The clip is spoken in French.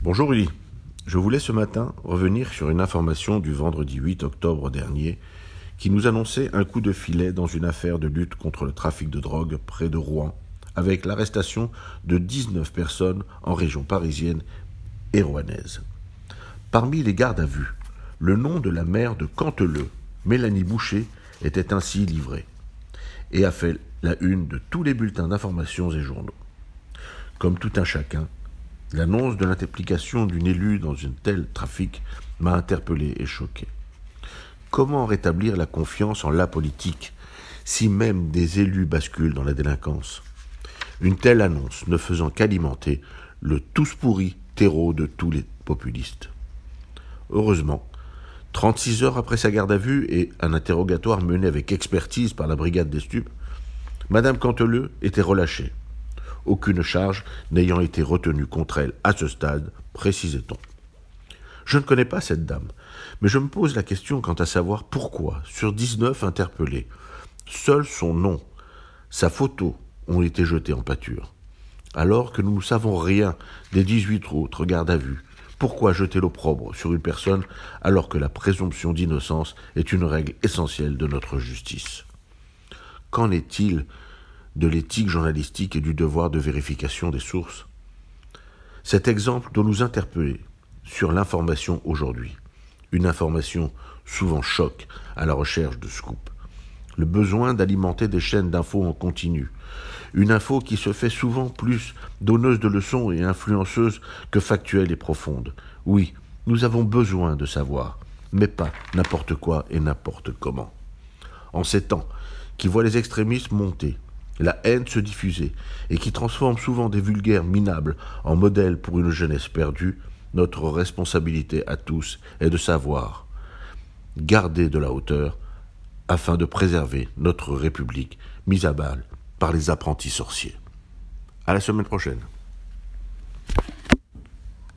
Bonjour Rudy, je voulais ce matin revenir sur une information du vendredi 8 octobre dernier qui nous annonçait un coup de filet dans une affaire de lutte contre le trafic de drogue près de Rouen, avec l'arrestation de 19 personnes en région parisienne et rouennaise. Parmi les gardes à vue, le nom de la maire de Canteleu, Mélanie Boucher, était ainsi livré et a fait la une de tous les bulletins d'informations et journaux. Comme tout un chacun, l'annonce de l'implication d'une élue dans un tel trafic m'a interpellé et choqué. Comment rétablir la confiance en la politique si même des élus basculent dans la délinquance ? Une telle annonce ne faisant qu'alimenter le tous pourri terreau de tous les populistes. Heureusement, 36 heures après sa garde à vue et un interrogatoire mené avec expertise par la brigade des stupes, Madame Canteleu était relâchée. Aucune charge n'ayant été retenue contre elle à ce stade, précisait-on. Je ne connais pas cette dame, mais je me pose la question quant à savoir pourquoi, sur 19 interpellés, seul son nom, sa photo ont été jetés en pâture. Alors que nous ne savons rien des 18 autres gardes à vue, pourquoi jeter l'opprobre sur une personne alors que la présomption d'innocence est une règle essentielle de notre justice ? Qu'en est-il de l'éthique journalistique et du devoir de vérification des sources ? Cet exemple doit nous interpeller sur l'information aujourd'hui. Une information souvent choc à la recherche de scoop. Le besoin d'alimenter des chaînes d'infos en continu. Une info qui se fait souvent plus donneuse de leçons et influenceuse que factuelle et profonde. Oui, nous avons besoin de savoir, mais pas n'importe quoi et n'importe comment. En ces temps qui voient les extrémistes monter, la haine se diffuser et qui transforment souvent des vulgaires minables en modèles pour une jeunesse perdue, notre responsabilité à tous est de savoir garder de la hauteur afin de préserver notre République mise à balle par les apprentis sorciers. À la semaine prochaine.